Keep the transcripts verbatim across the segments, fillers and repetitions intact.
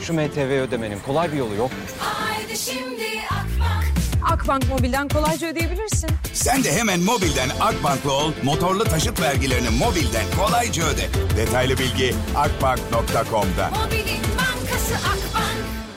Şu M T V ödemenin kolay bir yolu yok. Haydi şimdi Akbank. Akbank Mobil'den kolayca ödeyebilirsin. Sen de hemen mobilden Akbank'la ol, motorlu taşıt vergilerini mobilden kolayca öde. Detaylı bilgi akbank nokta com'da. Mobilin bankası Akbank.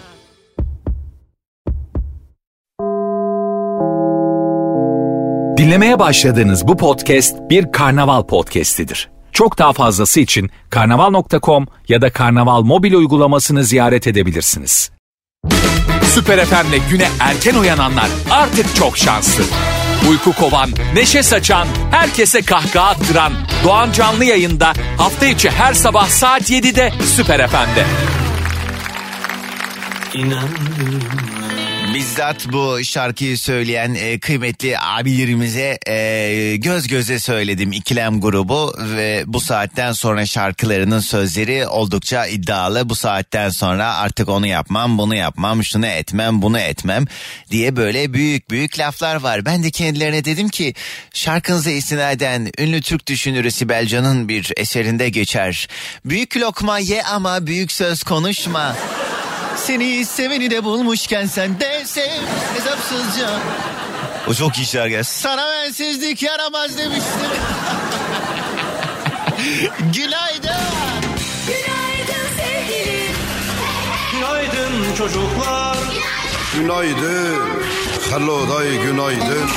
Dinlemeye başladığınız bu podcast bir karnaval podcastidir. Çok daha fazlası için karnaval nokta com ya da karnaval mobil uygulamasını ziyaret edebilirsiniz. Süper F M'le güne erken uyananlar artık çok şanslı. Uyku kovan, neşe saçan, herkese kahkaha attıran Doğan Canlı Yayında hafta içi her sabah saat yedide Süper F M'de. İnandım. Bizzat bu şarkıyı söyleyen e, kıymetli abilerimize e, göz göze söyledim, İkilem grubu, ve bu saatten sonra şarkılarının sözleri oldukça iddialı. Bu saatten sonra artık onu yapmam, bunu yapmam, şunu etmem, bunu etmem diye böyle büyük büyük laflar var. Ben de kendilerine dedim ki şarkınıza istinaden ünlü Türk düşünürü Sibel Can'ın bir eserinde geçer. Büyük lokma ye ama büyük söz konuşma. Seni seveni de bulmuşken sen de sev hesapsızca. O çok iyi şarkı. Sana bensizlik yaramaz demiştim. Günaydın. Günaydın sevgilim. Günaydın çocuklar. Günaydın. Hello day günaydın.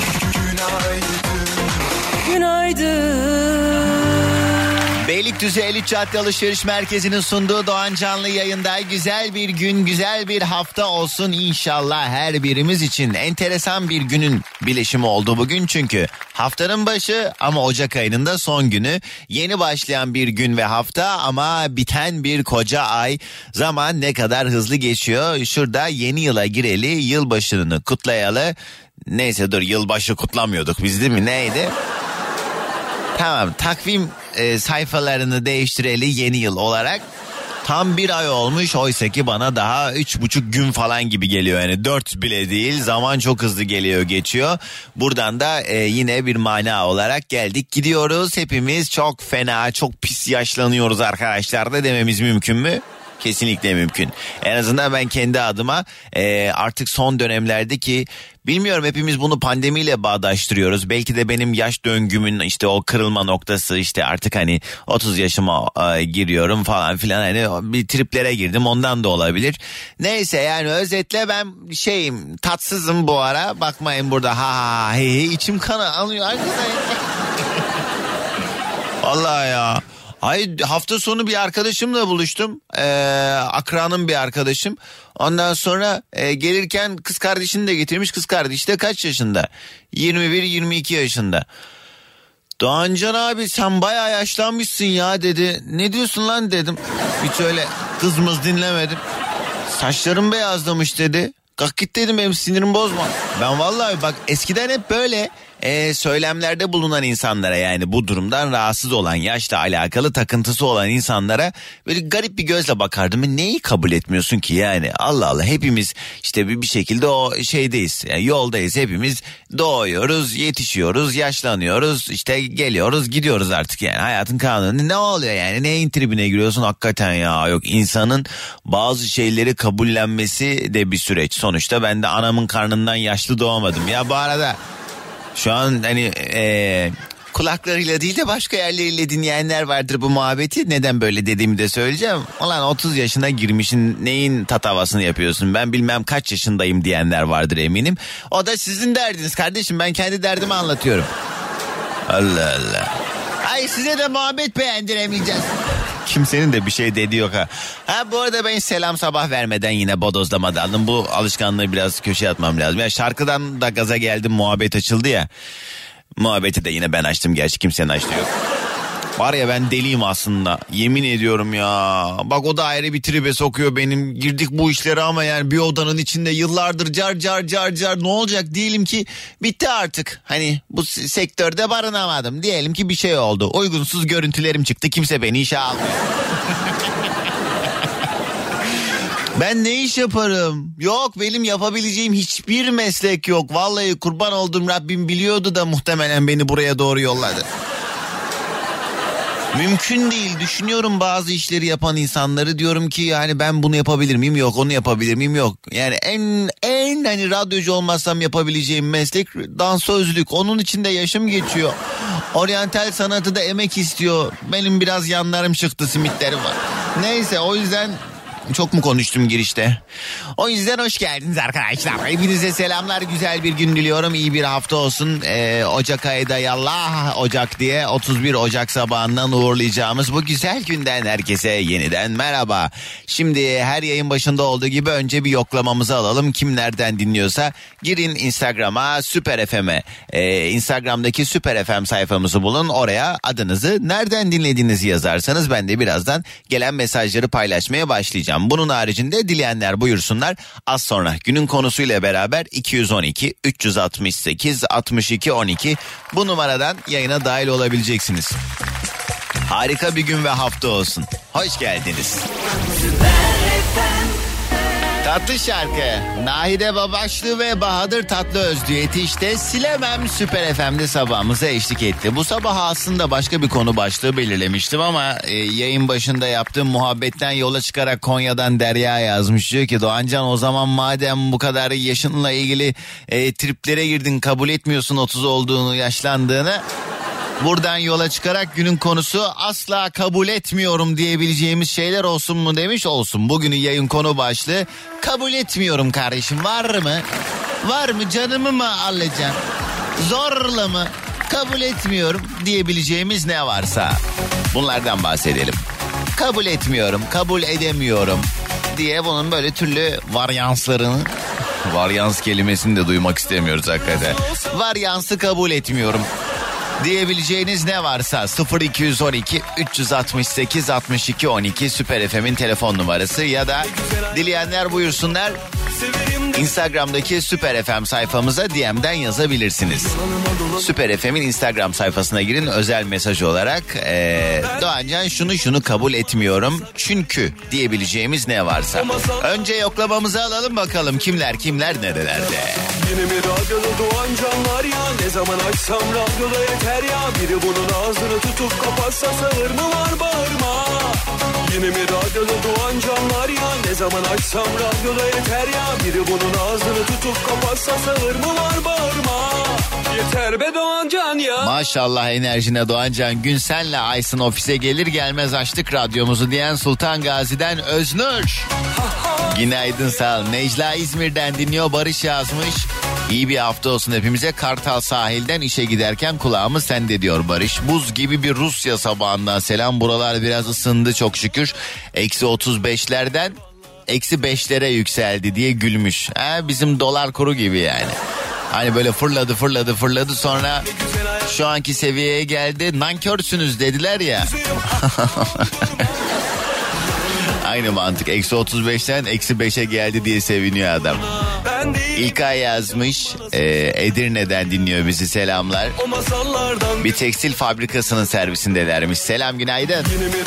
Günaydın. Beylikdüzü Elit Cadde Alışveriş Merkezi'nin sunduğu Doğan Canlı Yayında güzel bir gün, güzel bir hafta olsun inşallah her birimiz için. Enteresan bir günün bileşimi oldu bugün çünkü haftanın başı ama Ocak ayının da son günü. Yeni başlayan bir gün ve hafta ama biten bir koca ay. Zaman ne kadar hızlı geçiyor. Şurada yeni yıla gireli, yılbaşını kutlayalı. Neyse dur, yılbaşı kutlamıyorduk biz değil mi? Neydi? Tamam, takvim e, sayfalarını değiştireli yeni yıl olarak tam bir ay olmuş. Oysa ki bana daha üç buçuk gün falan gibi geliyor, yani dört bile değil. Zaman çok hızlı geliyor geçiyor. Buradan da e, yine bir mana olarak geldik gidiyoruz. Hepimiz çok fena, çok pis yaşlanıyoruz arkadaşlar da dememiz mümkün mü? Kesinlikle mümkün. En azından ben kendi adıma e, artık son dönemlerdeki, bilmiyorum, hepimiz bunu pandemiyle bağdaştırıyoruz. Belki de benim yaş döngümün işte o kırılma noktası, işte artık hani otuz yaşıma e, giriyorum falan filan, hani bir triplere girdim, ondan da olabilir. Neyse, yani özetle ben şeyim, tatsızım bu ara, bakmayın burada ha ha he he, içim kana alıyor arkadaşlar. Vallahi ya. Ay, hafta sonu bir arkadaşımla buluştum. Ee, akranım bir arkadaşım. Ondan sonra e, gelirken kız kardeşini de getirmiş. Kız kardeş de kaç yaşında? yirmi bir yirmi iki yaşında. Doğancan abi sen bayağı yaşlanmışsın ya dedi. Ne diyorsun lan dedim. Hiç öyle kızımız dinlemedim. Saçlarım beyazlamış dedi. Kalk git dedim, benim sinirimi bozma. Ben vallahi bak eskiden hep böyle e, söylemlerde bulunan insanlara, yani bu durumdan rahatsız olan, yaşla alakalı takıntısı olan insanlara böyle garip bir gözle bakardım. Neyi kabul etmiyorsun ki yani? Allah Allah, hepimiz işte bir, bir şekilde o şeydeyiz, yani yoldayız, hepimiz doğuyoruz, yetişiyoruz, yaşlanıyoruz, işte geliyoruz gidiyoruz artık, yani hayatın kanunu. Ne oluyor yani, neyin tribine giriyorsun hakikaten ya? Yok, insanın bazı şeyleri kabullenmesi de bir süreç. Sonuçta ben de anamın karnından yaşlı doğmadım ya. Bu arada şu an hani e, kulaklarıyla değil de başka yerleriyle dinleyenler vardır bu muhabbeti. Neden böyle dediğimi de söyleyeceğim. Ulan otuz yaşına girmişsin, neyin tatavasını yapıyorsun, ben bilmem kaç yaşındayım diyenler vardır eminim. O da sizin derdiniz kardeşim, ben kendi derdimi anlatıyorum. Allah Allah. Ay, size de muhabbet beğendiremeyeceğiz. Kimsenin de bir şey dediği yok ha. Ha bu arada ben selam sabah vermeden yine bodozlama daldım. Bu alışkanlığı biraz köşeye atmam lazım. Ya şarkıdan da gaza geldim, muhabbet açıldı ya. Muhabbeti de yine ben açtım, gerçi kimsenin açtığı yok. Var ya, ben deliyim aslında. Yemin ediyorum ya. Bak o da ayrı bir tribe sokuyor benim. Girdik bu işlere ama yani bir odanın içinde yıllardır car car car car. Ne olacak? Diyelim ki bitti artık. Hani bu sektörde barınamadım. Diyelim ki bir şey oldu. Uygunsuz görüntülerim çıktı. Kimse beni işe almıyor. Ben ne iş yaparım? Yok, benim yapabileceğim hiçbir meslek yok. Vallahi kurban olduğum Rabbim biliyordu da muhtemelen beni buraya doğru yolladı. Mümkün değil. Düşünüyorum bazı işleri yapan insanları, diyorum ki yani ben bunu yapabilir miyim? Yok. Onu yapabilir miyim? Yok. Yani en en hani radyocu olmazsam yapabileceğim meslek dansözlük. Onun içinde yaşım geçiyor. Oryantal sanatı da emek istiyor. Benim biraz yanlarım çıktı, simitlerim var. Neyse, o yüzden çok mu konuştum girişte? O yüzden hoş geldiniz arkadaşlar. Hepinize selamlar. Güzel bir gün diliyorum. İyi bir hafta olsun. Ee, Ocak ayda yallah Ocak diye otuz bir Ocak sabahından uğurlayacağımız bu güzel günden herkese yeniden merhaba. Şimdi her yayın başında olduğu gibi önce bir yoklamamızı alalım. Kim nereden dinliyorsa girin Instagram'a, Süper F M'e. Ee, Instagram'daki Süper F M sayfamızı bulun. Oraya adınızı, nereden dinlediğinizi yazarsanız ben de birazdan gelen mesajları paylaşmaya başlayacağım. Bunun haricinde dileyenler buyursunlar. Az sonra günün konusuyla beraber iki yüz on iki üç altı sekiz altmış iki on iki bu numaradan yayına dahil olabileceksiniz. Harika bir gün ve hafta olsun. Hoş geldiniz. Tatlı şarkı Nahide Babaşlı ve Bahadır Tatlıöz düeti işte Silemem Süper F M'de sabahımıza eşlik etti. Bu sabah aslında başka bir konu başlığı belirlemiştim ama e, yayın başında yaptığım muhabbetten yola çıkarak Konya'dan Derya yazmış. Diyor ki Doğancan, o zaman madem bu kadar yaşınla ilgili e, triplere girdin, kabul etmiyorsun otuz olduğunu, yaşlandığını... Buradan yola çıkarak günün konusu asla kabul etmiyorum diyebileceğimiz şeyler olsun mu demiş. Olsun. Bugünün yayın konu başlığı kabul etmiyorum kardeşim. Var mı? Var mı? Canımı mı alacağım? Zorla mı? Kabul etmiyorum diyebileceğimiz ne varsa bunlardan bahsedelim. Kabul etmiyorum, kabul edemiyorum diye bunun böyle türlü varyanslarını... Varyans kelimesini de duymak istemiyoruz hakikaten. Varyansı kabul etmiyorum diyebileceğiniz ne varsa sıfır iki on iki üç altı sekiz altmış iki on iki Süper F M'in telefon numarası ya da dileyenler buyursunlar Instagram'daki Süper F M sayfamıza D M'den yazabilirsiniz. Süper F M'in Instagram sayfasına girin, özel mesaj olarak ee, Doğancan şunu şunu kabul etmiyorum çünkü diyebileceğimiz ne varsa. Önce yoklamamızı alalım bakalım kimler kimler nerelerde. Yine mi radyoda Doğancan var ya, ne zaman açsam radyoda yeter ya, biri bunun ağzını tutup kapatsa sağır mı var bağırma. Yine mi radyoda Doğancan var ya, ne zaman açsam radyoda yeter ya, biri bunun ağzını tutup kapatsa sağır mı var bağırma. Yeter be Doğancan ya. Maşallah enerjine Doğancan. Gün senle Aysun ofise gelir gelmez açtık radyomuzu diyen Sultan Gazi'den Öznur. Günaydın, sağ ol. Necla İzmir'den dinliyor, Barış yazmış. İyi bir hafta olsun hepimize. Kartal sahilden işe giderken kulağımız sende diyor Barış. Buz gibi bir Rusya sabahından selam. Buralar biraz ısındı çok şükür. Eksi otuz beşlerden eksi beşlere yükseldi diye gülmüş. Ha, bizim dolar kuru gibi yani. Hani böyle fırladı fırladı fırladı sonra şu anki seviyeye geldi. Nankörsünüz dediler ya. Aynı mantık. Eksi otuz beşten eksi beşe geldi diye seviniyor adam. İlkay yazmış. Ee, Edirne'den dinliyor bizi, selamlar. Bir tekstil fabrikasının servisindelermiş. Selam, günaydın.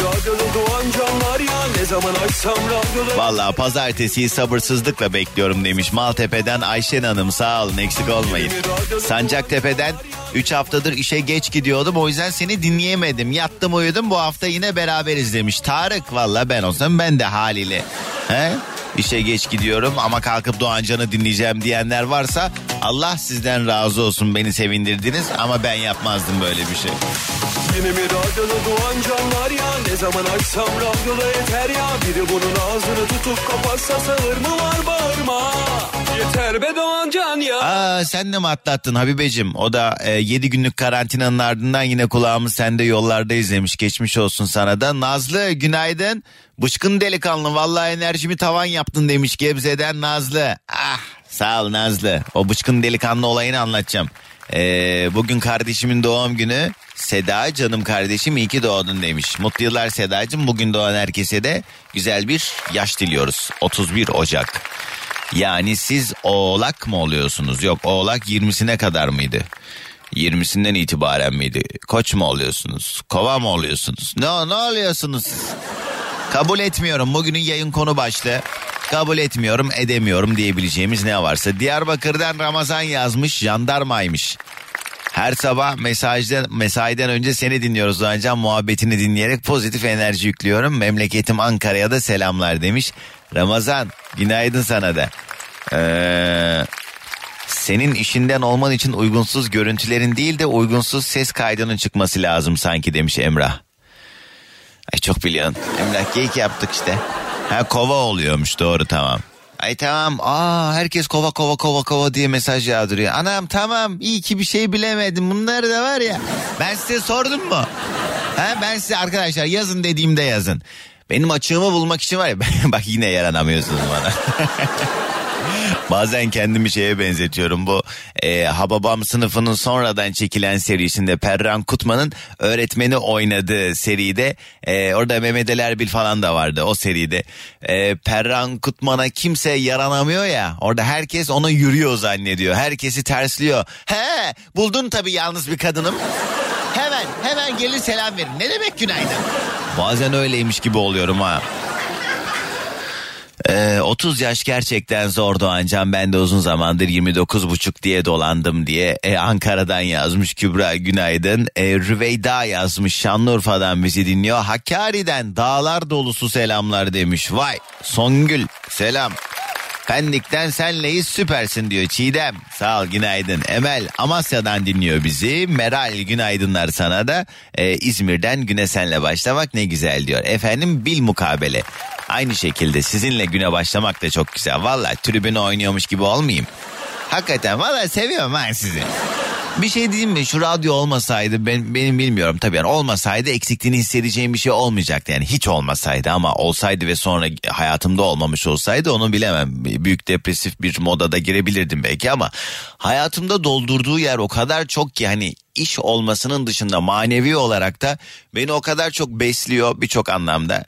Vallahi pazartesiyi sabırsızlıkla bekliyorum demiş. Maltepe'den Ayşen Hanım, sağ olun, eksik olmayın. Sancaktepe'den üç haftadır işe geç gidiyordum, o yüzden seni dinleyemedim. Yattım uyudum, bu hafta yine beraberiz demiş. Tarık, vallahi ben olsam ben de haliyle. He? İşe geç gidiyorum ama kalkıp Doğancan'ı dinleyeceğim diyenler varsa Allah sizden razı olsun, beni sevindirdiniz ama ben yapmazdım böyle bir şey. Yine mi radyoda Doğancan var ya, ne zaman açsam radyoda yeter ya, biri bunun ağzını tutup kapatsa sağır mı var bağırma. Yeter be Doğancan ya. Aa, sen de mi atlattın Habibeciğim? O da e, yedi günlük karantinanın ardından yine kulağımız sende yollarda izlemiş. Geçmiş olsun sana da. Nazlı, günaydın. Bıçkın delikanlı, vallahi enerjimi tavan yaptın demiş Gebze'den Nazlı. Ah, sağ ol Nazlı. O bıçkın delikanlı olayını anlatacağım. Ee, bugün kardeşimin doğum günü. Seda, canım kardeşim, iyi ki doğdun demiş. Mutlu yıllar Sedacığım. Bugün doğan herkese de güzel bir yaş diliyoruz. otuz bir Ocak. Yani siz oğlak mı oluyorsunuz? Yok, oğlak yirmisine kadar mıydı? yirmisinden itibaren miydi? Koç mu oluyorsunuz? Kova mı oluyorsunuz? Ne, ne oluyorsunuz siz? Kabul etmiyorum. Bugünün yayın konu başlığı. Kabul etmiyorum, edemiyorum diyebileceğimiz ne varsa. Diyarbakır'dan Ramazan yazmış, jandarmaymış. Her sabah mesajdan, mesaiden önce seni dinliyoruz Doğancan. Muhabbetini dinleyerek pozitif enerji yüklüyorum. Memleketim Ankara'ya da selamlar demiş. Ramazan, günaydın sana da. Ee, senin işinden olman için uygunsuz görüntülerin değil de uygunsuz ses kaydının çıkması lazım sanki demiş Emrah. Ay çok biliyorsun. Emrah geyik yaptık işte. Ha kova oluyormuş, doğru, tamam. Ay tamam, aa herkes kova kova kova kova diye mesaj yağdırıyor. Anam tamam, iyi ki bir şey bilemedim. Bunlar da var ya. Ben size sordum mu? Ha, ben size arkadaşlar yazın dediğimde yazın. Benim açığımı bulmak için var ya. Bak yine yaranamıyorsunuz bana. Bazen kendimi şeye benzetiyorum. Bu e, Hababam sınıfının sonradan çekilen serisinde Perran Kutman'ın öğretmeni oynadığı seride e, orada Mehmet Ali Erbil falan da vardı o seride. E, Perran Kutman'a kimse yaranamıyor ya, orada herkes ona yürüyor zannediyor. Herkesi tersliyor. He, buldun tabii yalnız bir kadınım. Hemen hemen gelir selam verin. Ne demek günaydın? Bazen öyleymiş gibi oluyorum ha. Ee, otuz yaş gerçekten zor Doğancan, ben de uzun zamandır yirmi dokuz buçuk diye dolandım diye ee, Ankara'dan yazmış Kübra, günaydın. ee, Rüveyda yazmış Şanlıurfa'dan bizi dinliyor. Hakkari'den dağlar dolusu selamlar demiş. Vay Songül selam. Pendik'ten senleyiz süpersin diyor Çiğdem, sağ ol günaydın. Emel Amasya'dan dinliyor bizi. Meral günaydınlar sana da. ee, İzmir'den güne senle başlamak ne güzel diyor. Efendim bil mukabele. Aynı şekilde sizinle güne başlamak da çok güzel. Vallahi tribüne oynuyormuş gibi olmayayım. Hakikaten vallahi seviyorum ben sizi. Bir şey diyeyim mi? Şu radyo olmasaydı, ben benim bilmiyorum tabii, yani olmasaydı eksikliğini hissedeceğim bir şey olmayacaktı. Yani hiç olmasaydı, ama olsaydı ve sonra hayatımda olmamış olsaydı onu bilemem. Büyük depresif bir modada girebilirdim belki, ama hayatımda doldurduğu yer o kadar çok ki, hani iş olmasının dışında manevi olarak da beni o kadar çok besliyor birçok anlamda.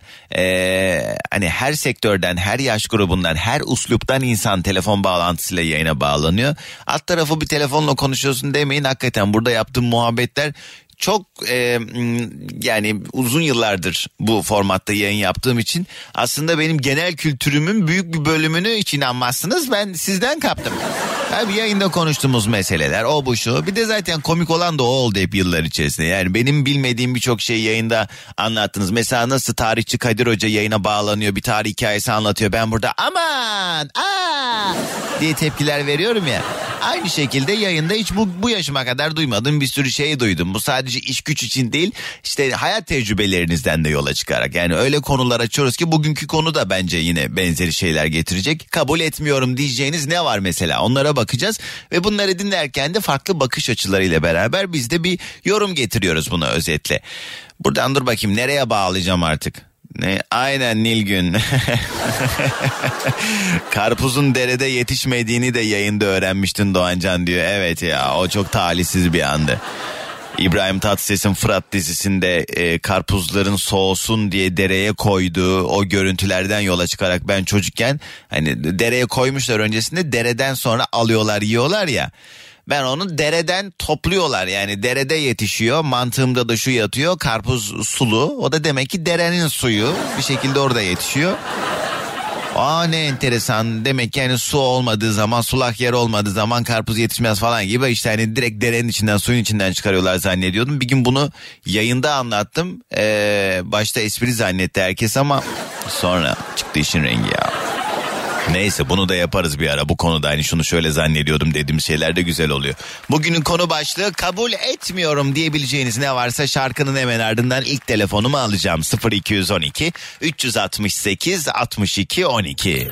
Ee, hani her sektörden, her yaş grubundan, her usluptan insan telefon bağlantısıyla yayına bağlanıyor. Alt tarafı bir telefonla konuşuyorsun demeyin, hakikaten burada yaptığım muhabbetler çok e, yani uzun yıllardır bu formatta yayın yaptığım için aslında benim genel kültürümün büyük bir bölümünü, hiç inanmazsınız, ben sizden kaptım. Abi yayında konuştuğumuz meseleler o bu şu, bir de zaten komik olan da o oldu hep yıllar içerisinde. Yani benim bilmediğim birçok şeyi yayında anlattınız. Mesela nasıl tarihçi Kadir Hoca yayına bağlanıyor, bir tarih hikayesi anlatıyor, ben burada aman aa diye tepkiler veriyorum ya. Aynı şekilde yayında hiç bu, bu yaşıma kadar duymadığım bir sürü şey duydum. Bu sadece iş güç için değil, işte hayat tecrübelerinizden de yola çıkarak. Yani öyle konular açıyoruz ki bugünkü konu da bence yine benzeri şeyler getirecek. Kabul etmiyorum diyeceğiniz ne var mesela, onlara bakacağız. Ve bunları dinlerken de farklı bakış açılarıyla beraber biz de bir yorum getiriyoruz buna özetle. Buradan dur bakayım nereye bağlayacağım artık. Ne? Aynen Nilgün. Karpuzun derede yetişmediğini de yayında öğrenmiştin Doğancan diyor. Evet ya, o çok talihsiz bir andı. İbrahim Tatlıses'in Fırat dizisinde e, karpuzların soğusun diye dereye koyduğu o görüntülerden yola çıkarak ben çocukken, hani dereye koymuşlar öncesinde, dereden sonra alıyorlar yiyorlar ya. Ben onu dereden topluyorlar, yani derede yetişiyor, mantığımda da şu yatıyor, karpuz sulu, o da demek ki derenin suyu bir şekilde orada yetişiyor. Aa ne enteresan, demek ki yani su olmadığı zaman, sulak yer olmadığı zaman karpuz yetişmez falan gibi, işte hani direkt derenin içinden, suyun içinden çıkarıyorlar zannediyordum. Bir gün bunu yayında anlattım, ee, başta espri zannetti herkes ama sonra çıktı işin rengi ya. Neyse, bunu da yaparız bir ara bu konuda, hani şunu şöyle zannediyordum dediğim şeyler de güzel oluyor. Bugünün konu başlığı kabul etmiyorum diyebileceğiniz ne varsa, şarkının hemen ardından ilk telefonumu alacağım. sıfır iki on iki üç altı sekiz altmış iki on iki.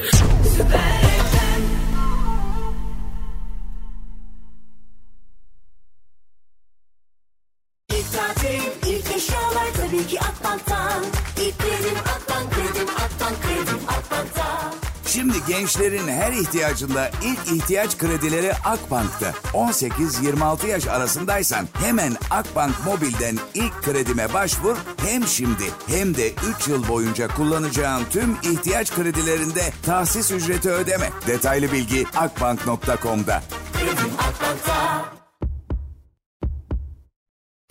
İlk tatil, ilk eşyalar tabii ki Akbank'tan. İlk kredim Akbank, kredim Akbank, kredim Akbank'tan. Şimdi gençlerin her ihtiyacında ilk ihtiyaç kredileri Akbank'ta. on sekiz yirmi altı yaş arasındaysan hemen Akbank Mobil'den ilk kredime başvur. Hem şimdi hem de üç yıl boyunca kullanacağın tüm ihtiyaç kredilerinde tahsis ücreti ödeme. Detaylı bilgi akbank nokta com'da. Kredim Akbank'tan.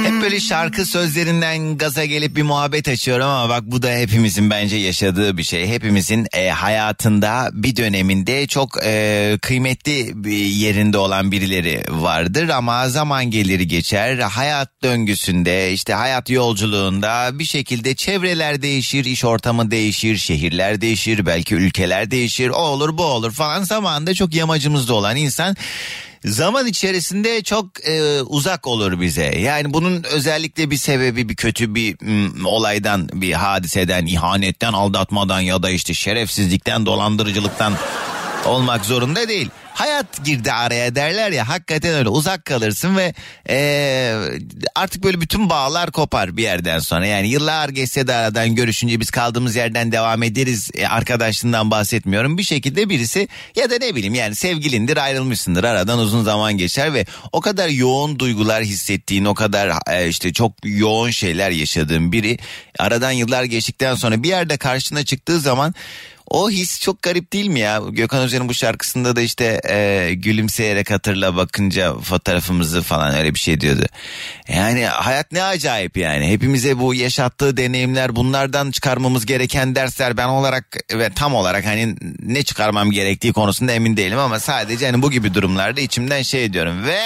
Hep böyle şarkı sözlerinden gaza gelip bir muhabbet açıyorum ama bak bu da hepimizin bence yaşadığı bir şey. Hepimizin e, hayatında bir döneminde çok e, kıymetli bir yerinde olan birileri vardır ama zaman gelir geçer. Hayat döngüsünde işte hayat yolculuğunda bir şekilde çevreler değişir, iş ortamı değişir, şehirler değişir, belki ülkeler değişir. O olur bu olur falan, zamanında çok yamacımızda olan insan zaman içerisinde çok e, uzak olur bize. Yani bunun özellikle bir sebebi, bir kötü bir m, olaydan, bir hadiseden, ihanetten, aldatmadan ya da işte şerefsizlikten, dolandırıcılıktan olmak zorunda değil. Hayat girdi araya derler ya, hakikaten öyle, uzak kalırsın ve e, artık böyle bütün bağlar kopar bir yerden sonra. Yani yıllar geçse de aradan görüşünce biz kaldığımız yerden devam ederiz, e, arkadaşlığından bahsetmiyorum. Bir şekilde birisi ya da ne bileyim yani sevgilindir, ayrılmışsındır, aradan uzun zaman geçer ve o kadar yoğun duygular hissettiğin, o kadar e, işte çok yoğun şeyler yaşadığın biri aradan yıllar geçtikten sonra bir yerde karşına çıktığı zaman o his çok garip değil mi ya? Gökhan Özen'in bu şarkısında da işte e, gülümseyerek hatırla bakınca fotoğrafımızı falan, öyle bir şey diyordu. Yani hayat ne acayip yani. Hepimize bu yaşattığı deneyimler, bunlardan çıkarmamız gereken dersler. Ben olarak ve tam olarak hani ne çıkarmam gerektiği konusunda emin değilim ama sadece hani bu gibi durumlarda içimden şey diyorum. Ve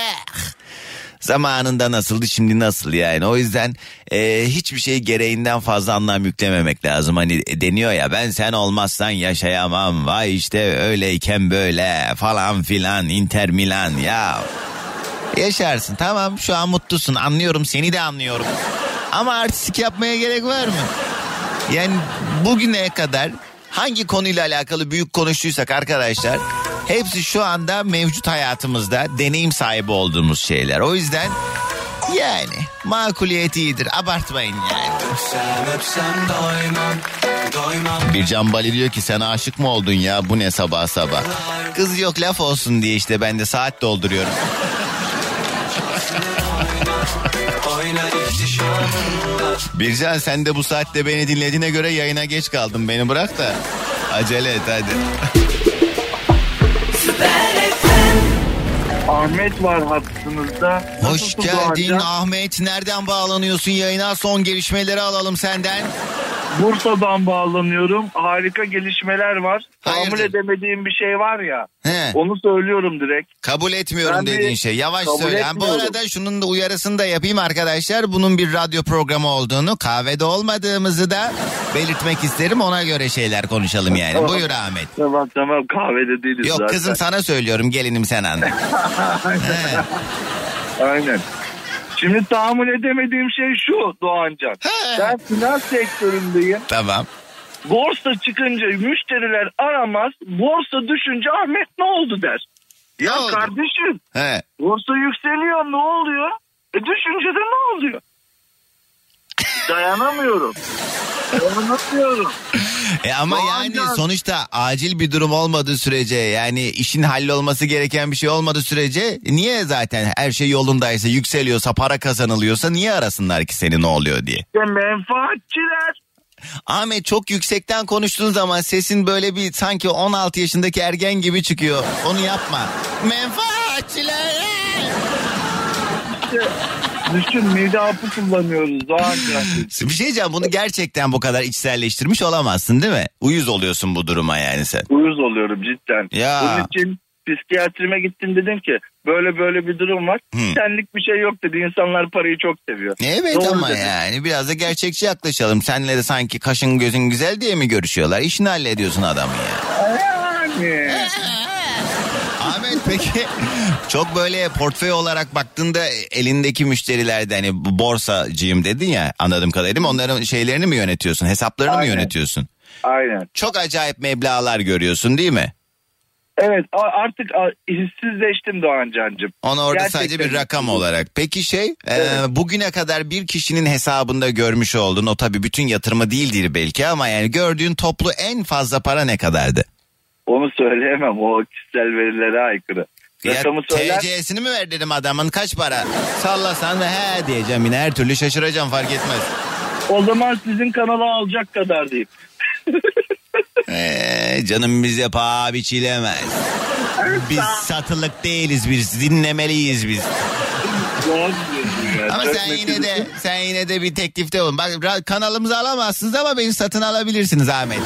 zamanında nasıldı, şimdi nasıl yani? O yüzden e, hiçbir şeyi gereğinden fazla anlam yüklememek lazım. Hani deniyor ya, ben sen olmazsan yaşayamam, vay işte öyleyken böyle falan filan, Inter Milan ya. Yaşarsın, tamam, şu an mutlusun, anlıyorum, seni de anlıyorum. Ama artistik yapmaya gerek var mı? Yani bugüne kadar hangi konuyla alakalı büyük konuştuysak arkadaşlar, hepsi şu anda mevcut hayatımızda deneyim sahibi olduğumuz şeyler. O yüzden yani makuliyet iyidir, abartmayın yani. Bircan Bali diyor ki sen aşık mı oldun ya, bu ne sabah sabah? Kız yok, laf olsun diye işte ben de saat dolduruyorum. Bircan, sen de bu saatte beni dinlediğine göre yayına geç kaldın, beni bırak da acele et hadi. Ahmet var hattımızda. Hoş Nasılsın geldin Doğancan? Ahmet. Nereden bağlanıyorsun yayına? Son gelişmeleri alalım senden. Bursa'dan bağlanıyorum. Harika gelişmeler var. Tahammül Hayırdır? edemediğim bir şey var ya. He. Onu söylüyorum direkt. Kabul etmiyorum Ben dediğin bir- şey. Yavaş kabul söyle. Ha, bu etmiyorum. arada şunun da uyarısını da yapayım arkadaşlar. Bunun bir radyo programı olduğunu, kahvede olmadığımızı da belirtmek isterim. Ona göre şeyler konuşalım yani. Tamam. Buyur Ahmet. Tamam tamam, kahvede değiliz Yok zaten. kızım, sana söylüyorum, gelinim sen anla. He. Aynen. Şimdi tahammül edemediğim şey şu Doğancan. He. Ben finans sektöründeyim. Tamam. Borsa çıkınca müşteriler aramaz. Borsa düşünce Ahmet ne oldu der. Ne Ya oldu? kardeşim, He. borsa yükseliyor, ne oluyor? E düşünce de ne oluyor? Dayanamıyorum. Dayanamıyorum. E ama Doğan yani Can. sonuçta acil bir durum olmadığı sürece, yani işin hallolması gereken bir şey olmadığı sürece niye, zaten her şey yolundaysa, yükseliyorsa, para kazanılıyorsa niye arasınlar ki seni ne oluyor diye. İşte menfaatçiler. Ahmet, çok yüksekten konuştuğun zaman sesin böyle bir sanki on altı yaşındaki ergen gibi çıkıyor. Onu yapma. Menfaatçiler. İşte düşün, mide hapı kullanıyoruz Doğancan. Bir şey diyeceğim, bunu gerçekten bu kadar içselleştirmiş olamazsın değil mi? Uyuz oluyorsun bu duruma yani sen. Uyuz oluyorum cidden. Ya. Bunun için psikiyatrime gittim, dedim ki böyle böyle bir durum var. Hı. Senlik bir şey yok dedi. İnsanlar parayı çok seviyor. Evet Doğru ama dedi. yani biraz da gerçekçi yaklaşalım. Senle de sanki kaşın gözün güzel diye mi görüşüyorlar? İşini hallediyorsun adamı ya. Yani. Ahmet peki çok böyle portföy olarak baktığında elindeki müşterilerde, hani bu borsacıyım dedin ya, anladığım kadarıyla, değil mi? Onların şeylerini mi yönetiyorsun? Hesaplarını mı Aynen. yönetiyorsun? Aynen. Çok acayip meblağlar görüyorsun değil mi? Evet, a- artık a- hissizleştim Doğancancığım. Onu orada Gerçekten sadece bir rakam hissizleştim. olarak. Peki şey Evet. e, bugüne kadar bir kişinin hesabında görmüş olduğun, o tabii bütün yatırımı değildir belki ama yani gördüğün toplu en fazla para ne kadardı? Onu söyleyemem, o kişisel verilere aykırı. Ya Rakamı söyler. T C'sini mi ver dedim adamın, kaç para? Sallasan ve he diyeceğim, yine her türlü şaşıracağım, fark etmez. O zaman sizin kanala alacak kadar değil. Ee, canım bize paha biçilemez. Biz satılık değiliz, biz dinlemeliyiz biz. Doğru diyorsun yani. Ama Çok sen yine meselesi. de sen yine de bir teklifte olun. Bak ra- kanalımızı alamazsınız ama beni satın alabilirsiniz Ahmet.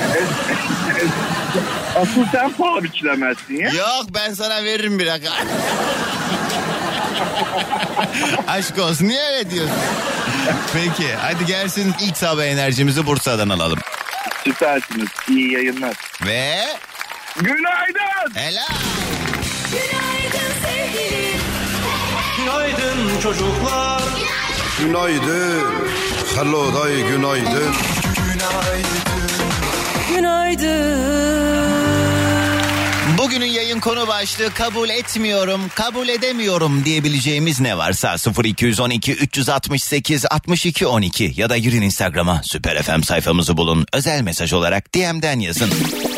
Asıl sen paha biçilemezsin ya. Yok ben sana veririm bir rakam. Aşk olsun niye öyle diyorsun? Peki hadi gelsin ilk sabah enerjimizi Bursa'dan alalım. Süpersiniz. İyi yayınlar. Ve... Günaydın. Helal. Günaydın sevgilim. Günaydın çocuklar. Günaydın. Hello day günaydın. Günaydın. Bugünün yayın konu başlığı kabul etmiyorum, kabul edemiyorum diyebileceğimiz ne varsa sıfır iki on iki üç altı sekiz altmış iki on iki ya da girin Instagram'a Süper F M sayfamızı bulun. Özel mesaj olarak D M'den yazın.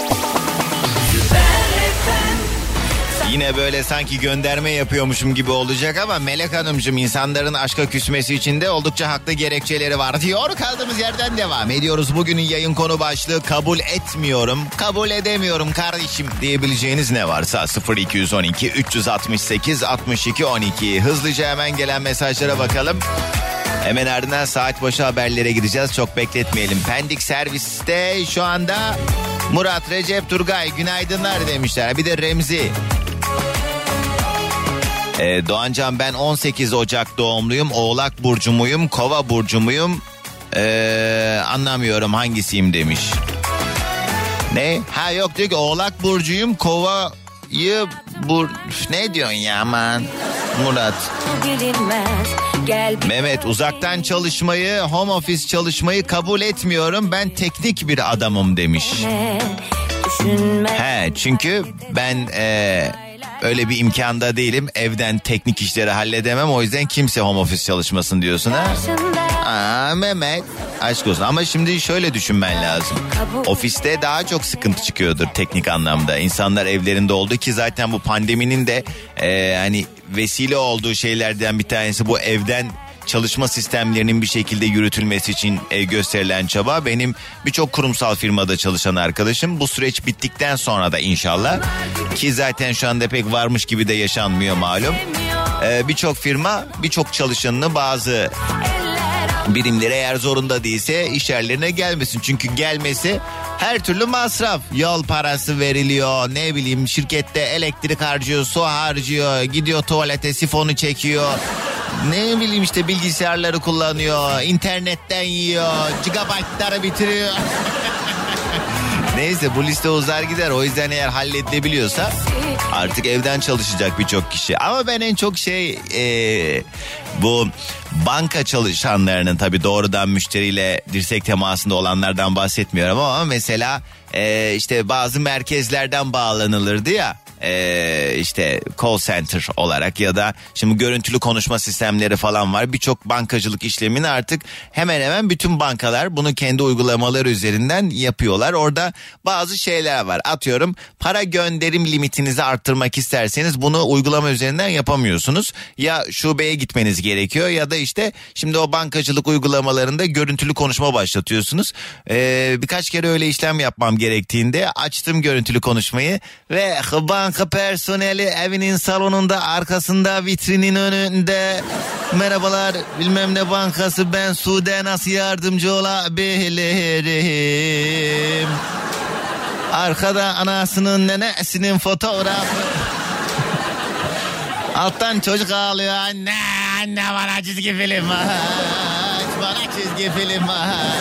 Yine böyle sanki gönderme yapıyormuşum gibi olacak ama Melek Hanımcığım insanların aşka küsmesi için de oldukça haklı gerekçeleri var diyor. Kaldığımız yerden devam ediyoruz. Bugünün yayın konu başlığı kabul etmiyorum, kabul edemiyorum kardeşim diyebileceğiniz ne varsa sıfır iki on iki üç altı sekiz altmış iki on iki. Hızlıca hemen gelen mesajlara bakalım. Hemen ardından saat başı haberlere gideceğiz. Çok bekletmeyelim. Pendik serviste şu anda Murat, Recep, Turgay günaydınlar demişler. Bir de Remzi. Ee, Doğancan ben on sekiz Ocak doğumluyum. Oğlak burcu muyum? Kova burcu muyum? Ee, anlamıyorum hangisiyim demiş. Ne? Ha yok diyor ki Oğlak burcuyum. Kova'yı bur... Ne diyorsun ya aman? Murat. Mehmet uzaktan çalışmayı, home office çalışmayı kabul etmiyorum. Ben teknik bir adamım demiş. He çünkü ben e, öyle bir imkanda değilim. Evden teknik işleri halledemem. O yüzden kimse home office çalışmasın diyorsun ha. Aa Mehmet aşk olsun ama şimdi şöyle düşünmen lazım. Ofiste daha çok sıkıntı çıkıyordur teknik anlamda. İnsanlar evlerinde oldu ki zaten bu pandeminin de e, hani vesile olduğu şeylerden bir tanesi bu evden çalışma sistemlerinin bir şekilde yürütülmesi için e, gösterilen çaba. Benim birçok kurumsal firmada çalışan arkadaşım bu süreç bittikten sonra da inşallah ki zaten şu anda pek varmış gibi de yaşanmıyor malum. E, birçok firma birçok çalışanını bazı birimlere eğer zorunda değilse iş yerlerine gelmesin. Çünkü gelmesi her türlü masraf. Yol parası veriliyor, ne bileyim şirkette elektrik harcıyor, su harcıyor, gidiyor tuvalete sifonu çekiyor. Ne bileyim işte bilgisayarları kullanıyor, internetten yiyor, gigabaytları bitiriyor. Neyse bu liste uzar gider. O yüzden eğer halledilebiliyorsa artık evden çalışacak birçok kişi. Ama ben en çok şey e, bu banka çalışanlarının tabii doğrudan müşteriyle dirsek temasında olanlardan bahsetmiyorum ama mesela e, işte bazı merkezlerden bağlanılırdı ya. Ee, işte call center olarak ya da şimdi görüntülü konuşma sistemleri falan var. Birçok bankacılık işlemini artık hemen hemen bütün bankalar bunu kendi uygulamaları üzerinden yapıyorlar. Orada bazı şeyler var. Atıyorum para gönderim limitinizi arttırmak isterseniz bunu uygulama üzerinden yapamıyorsunuz. Ya şubeye gitmeniz gerekiyor ya da işte şimdi o bankacılık uygulamalarında görüntülü konuşma başlatıyorsunuz. Ee, birkaç kere öyle işlem yapmam gerektiğinde açtım görüntülü konuşmayı ve banka personeli evinin salonunda arkasında vitrinin önünde merhabalar bilmem ne bankası ben Sude nasıl yardımcı olabilirim? Arkada anasının nenesinin fotoğrafı. Alttan çocuk ağlıyor anne anne bana çizgi film aç bana çizgi film aç.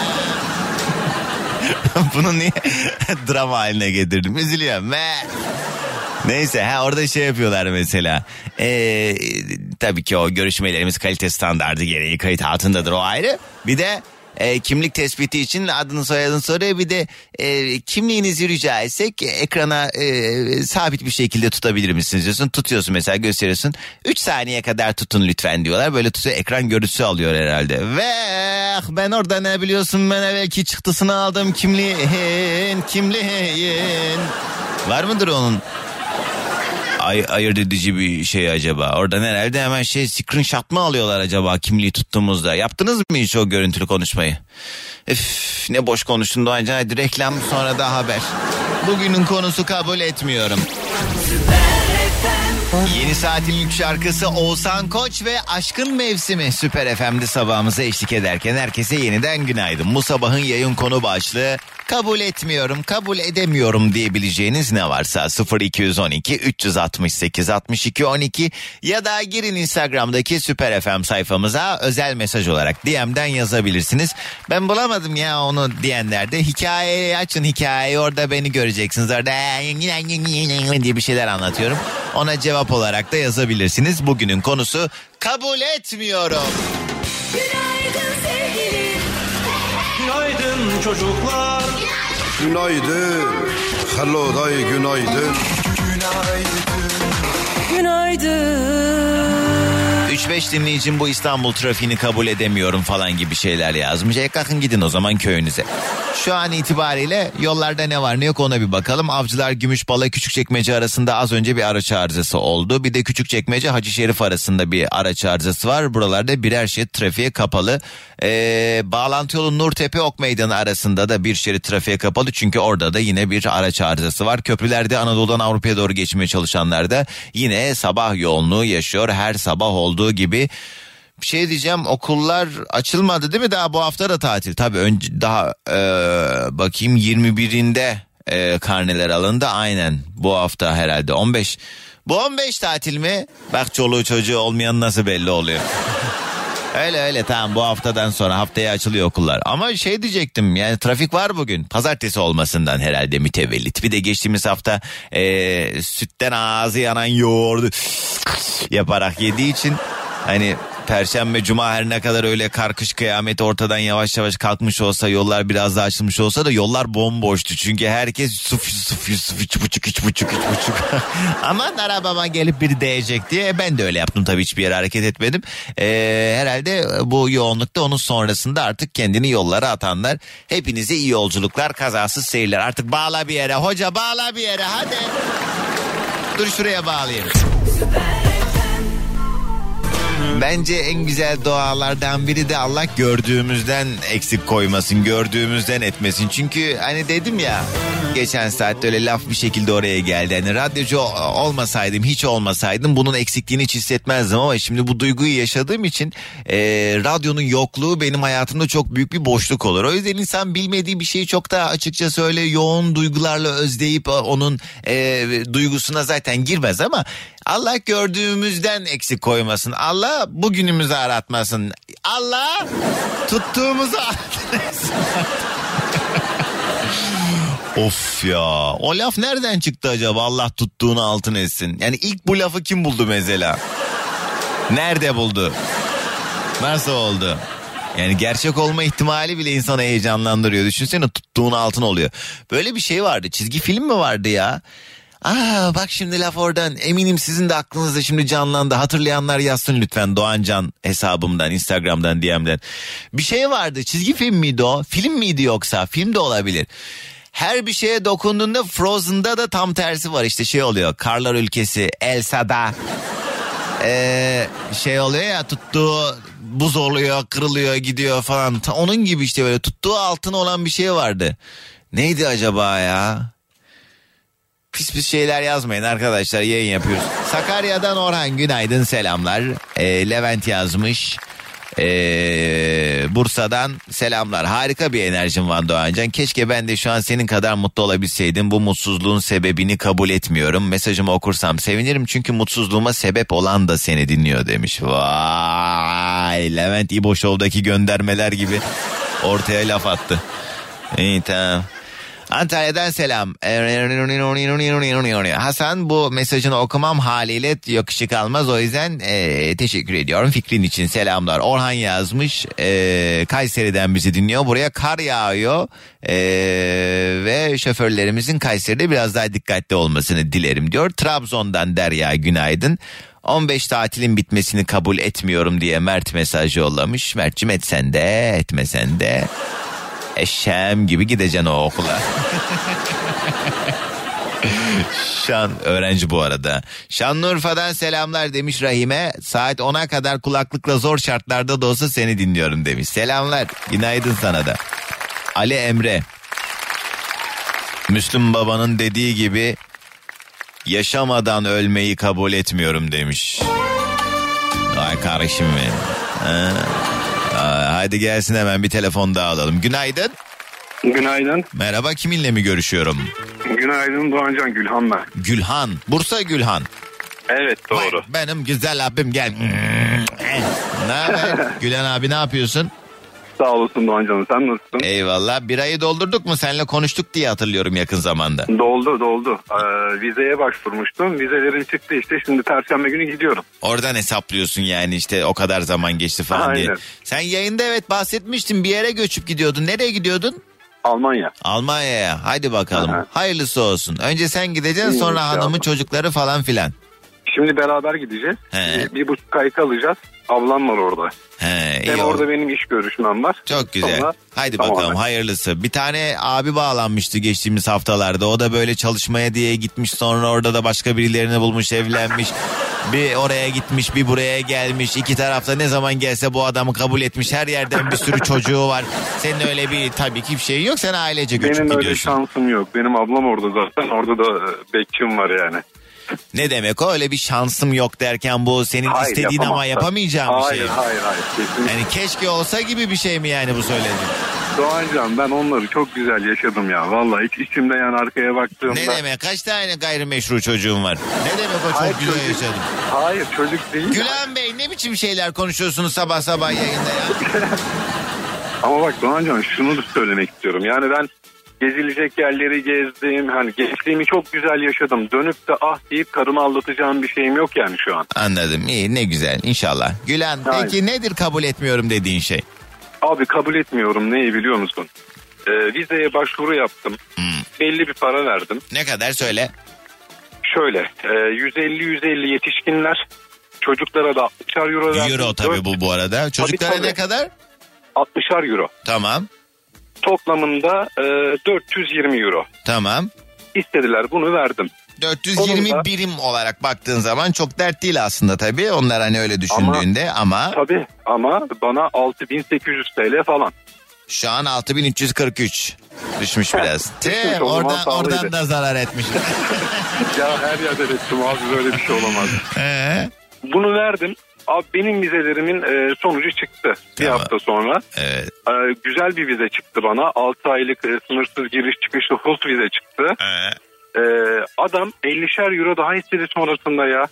Bunu niye drama haline getirdim üzülüyorum be. Neyse ha orada şey yapıyorlar mesela. Ee, tabii ki o görüşmelerimiz kalite standardı gereği kayıt altındadır o ayrı. Bir de e, kimlik tespiti için adını soyadını soruyor. Bir de e, kimliğinizi rica etsek ekrana e, sabit bir şekilde tutabilir misiniz diyorsun. Tutuyorsun mesela gösteriyorsun. üç saniye kadar tutun lütfen diyorlar. Böyle tutuyor ekran görüntüsü alıyor herhalde. Ve ben orada ne biliyorsun ben evvelki çıktısını aldım kimliğin kimliğin. Var mıdır onun? Ay, ayırt edici bir şey acaba. Oradan herhalde hemen şey screenshot mı alıyorlar acaba kimliği tuttuğumuzda? Yaptınız mı hiç o görüntülü konuşmayı? Üf, ne boş konuştun Doğancan. Hadi reklam sonra da haber. Bugünün konusu kabul etmiyorum. Süper F M. Yeni saatin ilk şarkısı Oğuzhan Koç ve Aşkın Mevsimi Süper F M'de sabahımıza eşlik ederken herkese yeniden günaydın. Bu sabahın yayın konu başlığı kabul etmiyorum, kabul edemiyorum diyebileceğiniz ne varsa sıfır iki on iki üç altı sekiz altmış iki on iki ya da girin Instagram'daki Süper F M sayfamıza özel mesaj olarak D M'den yazabilirsiniz. Ben bulamadım ya onu diyenler de hikayeyi açın, hikayeyi orada beni göreceksiniz. Orada diye bir şeyler anlatıyorum. Ona cevap olarak da yazabilirsiniz. Bugünün konusu kabul etmiyorum. Günaydın sevgilim. Günaydın çocuklar. Günaydın. Hello day günaydın. Günaydın. üç beş dinleyicim bu İstanbul trafiğini kabul edemiyorum falan gibi şeyler yazmış. E kalkın gidin o zaman köyünüze. Şu an itibariyle yollarda ne var ne yok ona bir bakalım. Avcılar Gümüşbala Küçükçekmece arasında az önce bir araç arızası oldu. Bir de Küçükçekmece Hacışerif arasında bir araç arızası var. Buralarda birer şerit trafiğe kapalı. Ee, bağlantı yolu Nurtepe Ok Meydanı arasında da bir şerit trafiğe kapalı. Çünkü orada da yine bir araç arızası var. Köprülerde Anadolu'dan Avrupa'ya doğru geçmeye çalışanlar da yine sabah yoğunluğu yaşıyor. Her sabah olduğu gibi. Bir şey diyeceğim, okullar açılmadı değil mi? Daha bu hafta da tatil. Tabii önce daha e, bakayım yirmi birinde e, karneler alındı. Aynen bu hafta herhalde on beş. Bu on beş tatil mi? Bak çoluğu çocuğu olmayan nasıl belli oluyor. Öyle öyle tamam, bu haftadan sonra haftaya açılıyor okullar. Ama şey diyecektim, yani trafik var bugün. Pazartesi olmasından herhalde mütevellit. Bir de geçtiğimiz hafta e, sütten ağzı yanan yoğurdu yaparak yediği için hani Perşembe, Cuma her ne kadar öyle karkış kıyamet ortadan yavaş yavaş kalkmış olsa, yollar biraz daha açılmış olsa da yollar bomboştu. Çünkü herkes Yusuf Yusuf Yusuf üç buçuk üç buçuk üç buçuk. Aman arabama gelip biri değecek diye ben de öyle yaptım tabii, hiçbir yere hareket etmedim. Ee, herhalde bu yoğunlukta onun sonrasında artık kendini yollara atanlar. Hepinize iyi yolculuklar, kazasız seyirler. Artık bağla bir yere hoca, bağla bir yere hadi. Dur şuraya bağlayayım. Bence en güzel dualardan biri de Allah gördüğümüzden eksik koymasın, gördüğümüzden etmesin. Çünkü hani dedim ya geçen saatte öyle laf bir şekilde oraya geldi. Hani radyocu olmasaydım, hiç olmasaydım bunun eksikliğini hiç hissetmezdim ama şimdi bu duyguyu yaşadığım için e, radyonun yokluğu benim hayatımda çok büyük bir boşluk olur. O yüzden insan bilmediği bir şeyi çok daha açıkçası öyle yoğun duygularla özleyip onun e, duygusuna zaten girmez ama Allah gördüğümüzden eksik koymasın. Allah bugünümüzü aratmasın. Allah tuttuğumuzu aratmasın. Of ya, o laf nereden çıktı acaba, Allah tuttuğunu altın etsin. Yani ilk bu lafı kim buldu mesela? Nerede buldu? Nasıl oldu? Yani gerçek olma ihtimali bile insanı heyecanlandırıyor. Düşünsene, tuttuğun altın oluyor. Böyle bir şey vardı, çizgi film mi vardı ya? Aa bak şimdi laf oradan, eminim sizin de aklınızda şimdi canlandı. Hatırlayanlar yazsın lütfen Doğancan hesabımdan, Instagram'dan, D M'den. Bir şey vardı, çizgi film miydi o? Film miydi yoksa? Film de olabilir. Her bir şeye dokunduğunda Frozen'da da tam tersi var, işte şey oluyor. Karlar ülkesi Elsa'da ee, şey oluyor ya, tuttuğu buz oluyor, kırılıyor, gidiyor falan. Onun gibi işte, böyle tuttuğu altın olan bir şey vardı. Neydi acaba ya? Pis pis şeyler yazmayın arkadaşlar, yayın yapıyoruz. Sakarya'dan Orhan günaydın, selamlar. Ee, Levent yazmış. Ee, Bursa'dan selamlar. Harika bir enerjim var Doğancan. Keşke ben de şu an senin kadar mutlu olabilseydim. Bu mutsuzluğun sebebini kabul etmiyorum. Mesajımı okursam sevinirim çünkü mutsuzluğuma sebep olan da seni dinliyor demiş. Vay, Levent İbo Show'daki göndermeler gibi ortaya laf attı. İyi tamam. Antalya'dan selam. Hasan, bu mesajını okumam haliyle yakışık almaz. O yüzden e, teşekkür ediyorum. Fikrin için selamlar. Orhan yazmış. E, Kayseri'den bizi dinliyor. Buraya kar yağıyor. E, ve şoförlerimizin Kayseri'de biraz daha dikkatli olmasını dilerim diyor. Trabzon'dan Derya günaydın. on beş tatilin bitmesini kabul etmiyorum diye Mert mesaj yollamış. Mert'cim etsen de etmesen de eşeğim gibi gideceksin o okula. Şan öğrenci bu arada. Şanlıurfa'dan selamlar demiş Rahime. Saat ona kadar kulaklıkla zor şartlarda da olsa seni dinliyorum demiş. Selamlar. Günaydın sana da. Ali Emre. Müslüm Baba'nın dediği gibi Yaşamadan ölmeyi kabul etmiyorum demiş. Ay kardeşim benim. Ha. Aa, hadi gelsin hemen bir telefon daha alalım. Günaydın. Günaydın. Merhaba, kiminle mi görüşüyorum? Günaydın Doğancan, Gülhan ben. Gülhan. Bursa Gülhan. Evet doğru. Vay, benim güzel abim gel. Ne haber? Gülen abi ne yapıyorsun? Sağ olasın Doğancan, sen nasılsın? Eyvallah. Birayı doldurduk mu? Seninle konuştuk diye hatırlıyorum yakın zamanda. Doldu doldu. Ee, vizeye başvurmuştum. Vizelerim çıktı işte. Şimdi Perşembe günü gidiyorum. Oradan hesaplıyorsun yani işte o kadar zaman geçti falan Aynen. diye. Sen yayında evet bahsetmiştin, bir yere göçüp gidiyordun. Nereye gidiyordun? Almanya. Almanya'ya. Haydi bakalım. Aha. Hayırlısı olsun. Önce sen gideceksin, sonra İnşallah. hanımı, çocukları falan filan. Şimdi beraber gideceğiz. He. Bir, bir buçuk ay kalacağız. Ablam var orada. He, iyi Hem oldu. orada benim iş görüşmem var. Çok güzel. Sonra, Haydi tamam bakalım abi. hayırlısı. Bir tane abi bağlanmıştı geçtiğimiz haftalarda. O da böyle çalışmaya diye gitmiş. Sonra orada da başka birilerini bulmuş, evlenmiş. Bir oraya gitmiş, bir buraya gelmiş. İki tarafta ne zaman gelse bu adamı kabul etmiş. Her yerden bir sürü çocuğu var. Senin öyle bir tabii ki bir şey yok. Sen ailece göçüp Benim öyle gidiyorsun. şansım yok. Benim ablam orada zaten. Orada da e, bekçim var yani. Ne demek o, öyle bir şansım yok derken bu senin Hayır, istediğin yapamam. ama yapamayacağın bir Hayır şey. hayır hayır. Kesinlikle. Yani keşke olsa gibi bir şey mi yani bu söylediğin? Doğancan, ben onları çok güzel yaşadım ya. Vallahi hiç içimde yani arkaya baktığımda. Ne demek, kaç tane gayrimeşru çocuğun var? Ne demek o çok Hayır, güzel çocuk- yaşadım. Hayır çocuk değil. Gülen Bey, ne biçim şeyler konuşuyorsunuz sabah sabah yayında ya? Ama bak Doğancan, şunu da söylemek istiyorum. Yani ben gezilecek yerleri gezdim. Hani gençliğimi çok güzel yaşadım. Dönüp de ah deyip karımı aldatacağım bir şeyim yok yani şu an. Anladım, iyi, ne güzel inşallah. Gülen, Aynen. peki nedir kabul etmiyorum dediğin şey? Abi kabul etmiyorum, neyi biliyor musun? Ee, vizeye başvuru yaptım. Hmm. Belli bir para verdim. Ne kadar söyle? Şöyle e, yüz elli yüz elli yetişkinler. Çocuklara da altmışar euro verdim. Euro tabii bu bu arada. Çocuklara tabii. ne kadar? altmışar euro. Tamam, Toplamında e, dört yüz yirmi euro. tamam. İstediler, bunu verdim. dört yüz yirmi Sonunda- birim olarak baktığın zaman çok dert değil aslında tabii. Onlar hani öyle düşündüğünde ama, ama Tabii ama bana altı bin sekiz yüz TL falan. şu an altı bin üç yüz kırk üç düşmüş biraz. Düşmüş, Tüm, o zaman oradan, sağlıydı. oradan da zarar etmiş. Ya her yerde ettim abi, böyle bir şey olamaz. Ee, Bunu verdim. Abi benim vizelerimin e, sonucu çıktı bir Tamam. hafta sonra. evet. E, güzel bir vize çıktı bana. altı aylık e, sınırsız giriş çıkışlı host vize çıktı. Ee, E, adam ellişer euro daha istedi sonrasında ya.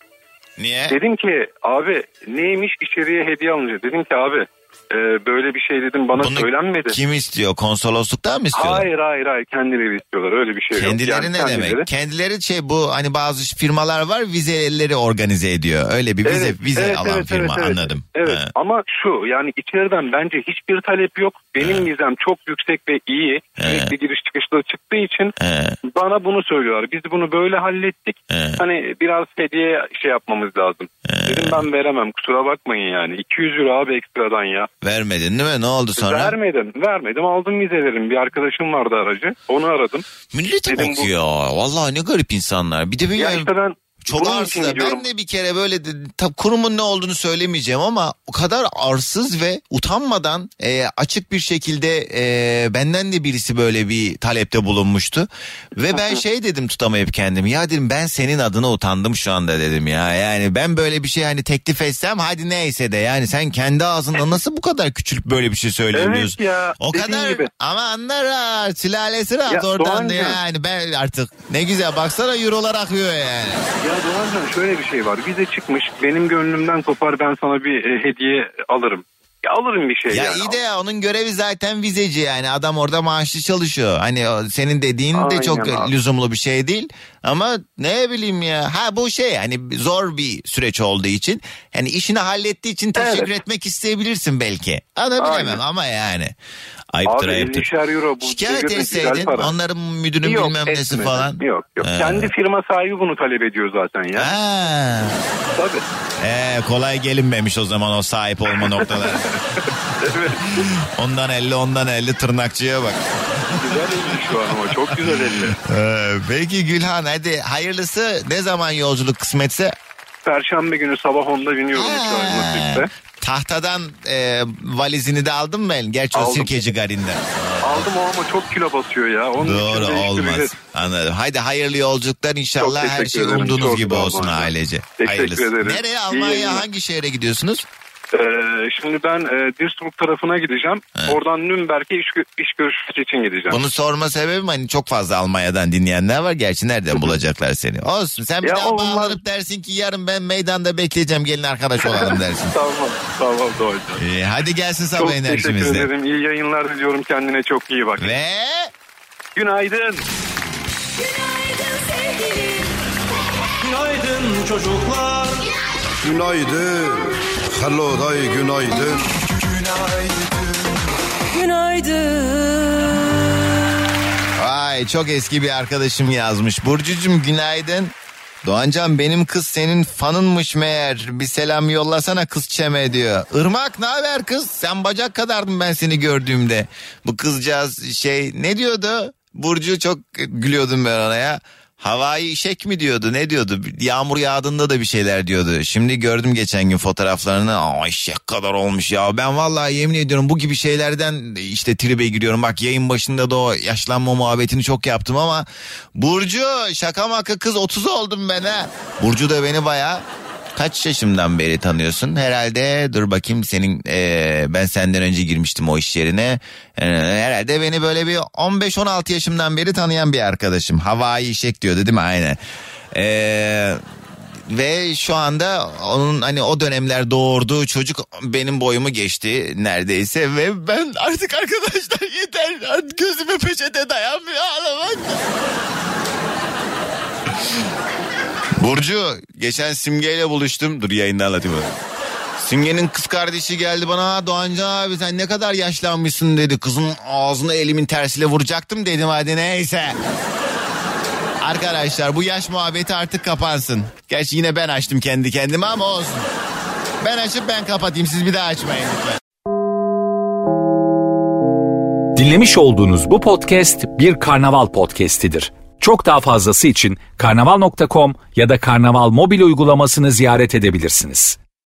niye? Dedim ki abi neymiş, içeriye hediye alınca. Dedim ki abi e, böyle bir şey dedim bana Bunu söylenmedi. kim istiyor? Konsolosluktan mı istiyorlar? Hayır hayır hayır, kendileri istiyorlar, öyle bir şey yok. Kendileri Yani ne kendileri- demek? Kendileri şey, bu hani bazı firmalar var, vizeleri organize ediyor. Öyle bir vize Evet, vize evet, alan evet, firma, evet, evet. anladım. Evet Ha. ama şu yani içeriden bence hiçbir talep yok. Benim vizem çok yüksek ve iyi. Sürekli giriş çıkışlı çıktığı için He. bana bunu söylüyorlar. Biz bunu böyle hallettik. He. Hani biraz hediye şey yapmamız lazım. Dedim ben veremem, kusura bakmayın yani. iki yüz euro abi ekstradan ya. Vermedin değil mi? Ne oldu sonra? Vermedim. Vermedim. Aldım vizelerim. Bir arkadaşım vardı aracı. Onu aradım. Millete Dedim bak bu- ya. Vallahi ne garip insanlar. Bir de bir Ya yani işte ben çok bunun için arsız. gidiyorum. Ben de bir kere böyle de, tab kurumun ne olduğunu söylemeyeceğim ama o kadar arsız ve utanmadan e, açık bir şekilde e, benden de birisi böyle bir talepte bulunmuştu. Ve ben şey dedim, tutamayıp kendimi. Ya dedim, ben senin adına utandım şu anda dedim ya. Yani ben böyle bir şey hani teklif etsem hadi neyse de, yani sen kendi ağzından nasıl bu kadar küçülüp böyle bir şey söyleyebiliyorsun? Evet ya, o dediğin kadar gibi. ama anlar ha, sülalesi rahat Ya oradan da Doğancığım. yani. Ben artık ne güzel baksana, eurolar akıyor yani. Ya Doğancan şöyle bir şey var. Vize çıkmış. Benim gönlümden kopar, ben sana bir e, hediye alırım. Ya alırım bir şey Ya yani. iyi de ya, onun görevi zaten vizeci yani. Adam orada maaşlı çalışıyor. Hani o senin dediğin de Aynen çok abi. lüzumlu bir şey değil. Ama ne bileyim ya. Ha bu şey hani zor bir süreç olduğu için. Hani işini hallettiği için teşekkür Evet. etmek isteyebilirsin belki. Onu Aynen. bilemem ama yani. Ayıptır Abi ayıptır. ellişer euro bu. Şikayet devir de güzel etseydin para. onların müdürün Yok, bilmem nesi etmedim. falan. Yok yok. Ee. Kendi firma sahibi bunu talep ediyor zaten ya. Ha. Tabii. Ee, kolay gelinmemiş o zaman o sahip olma noktaları. Evet. Ondan elli ondan elli tırnakçıya bak. Güzel elli şu an ama çok güzel elli. Ee, peki Gülhan, hadi hayırlısı, ne zaman yolculuk kısmetse? Perşembe günü sabah onda biniyorum uçağa nasipse. Tahtadan e, valizini de aldın mı? Gerçi o Aldım. Sirkeci Garin'den. aldım o ama çok kilo basıyor ya. Onun Doğru, için olmaz. değiştireceğiz. Anladım. Haydi hayırlı yolculuklar inşallah, Çok her teşekkür şey ederim. umduğunuz Çok gibi sağ olun olsun hocam. ailece. Teşekkür Hayırlısı. ederim. Nereye, İyi Almanya yayınlar. hangi şehre gidiyorsunuz? Ee, şimdi ben e, Duisburg tarafına gideceğim. He. Oradan Nürnberg'e iş, gö- iş görüşmesi için gideceğim. Bunu sorma sebebim hani çok fazla Almanya'dan dinleyenler var. Gerçi nereden bulacaklar seni? Olsun, sen bir Ya daha onlar- bağlanıp dersin ki yarın ben meydanda bekleyeceğim, gelin arkadaş olalım dersin. Tamam, tamam da hocam. Ee, hadi gelsin sabah Çok teşekkür enerjimizle. ederim. İyi yayınlar diliyorum. Kendine çok iyi bak. Ve Günaydın. Günaydın çocuklar. Günaydın. Hello day günaydın. Günaydın. vay, çok eski bir arkadaşım yazmış. Burcucum günaydın. Doğancan, benim kız senin fanınmış meğer. Bir selam yollasana kız çeme diyor. Irmak ne haber kız? Sen bacak kadardım ben seni gördüğümde. Bu kızcağız şey ne diyordu? Burcu çok gülüyordum ben ona ya. Havai işek mi diyordu, ne diyordu? Yağmur yağdığında da bir şeyler diyordu. Şimdi gördüm geçen gün fotoğraflarını. Aa, eşek kadar olmuş ya. Ben vallahi yemin ediyorum bu gibi şeylerden işte tribe giriyorum. Bak yayın başında da o yaşlanma muhabbetini çok yaptım ama Burcu şaka maka kız otuz oldum ben ha. Burcu da beni bayağı kaç yaşımdan beri tanıyorsun? Herhalde dur bakayım senin e, ben senden önce girmiştim o iş yerine. E, herhalde beni böyle bir on beş on altı yaşımdan beri tanıyan bir arkadaşım. Havai işek diyordu değil mi? Aynen. Eee... Ve şu anda onun hani o dönemler doğurduğu çocuk benim boyumu geçti neredeyse ve ben artık arkadaşlar yeter, artık gözüme peçete dayanmıyor, ağlamak. Burcu, geçen Simge ile buluştum. Dur yayında anlatayım onu. Simge'nin kız kardeşi geldi bana. Doğancan abi sen ne kadar yaşlanmışsın dedi. Kızın ağzını elimin tersiyle vuracaktım dedim, hadi neyse. Arkadaşlar bu yaş muhabbeti artık kapansın. Gerçi yine ben açtım kendi kendime ama olsun. Ben açıp ben kapatayım, siz bir daha açmayın lütfen. Dinlemiş olduğunuz bu podcast bir karnaval podcastidir. Çok daha fazlası için karnaval nokta com ya da karnaval mobil uygulamasını ziyaret edebilirsiniz.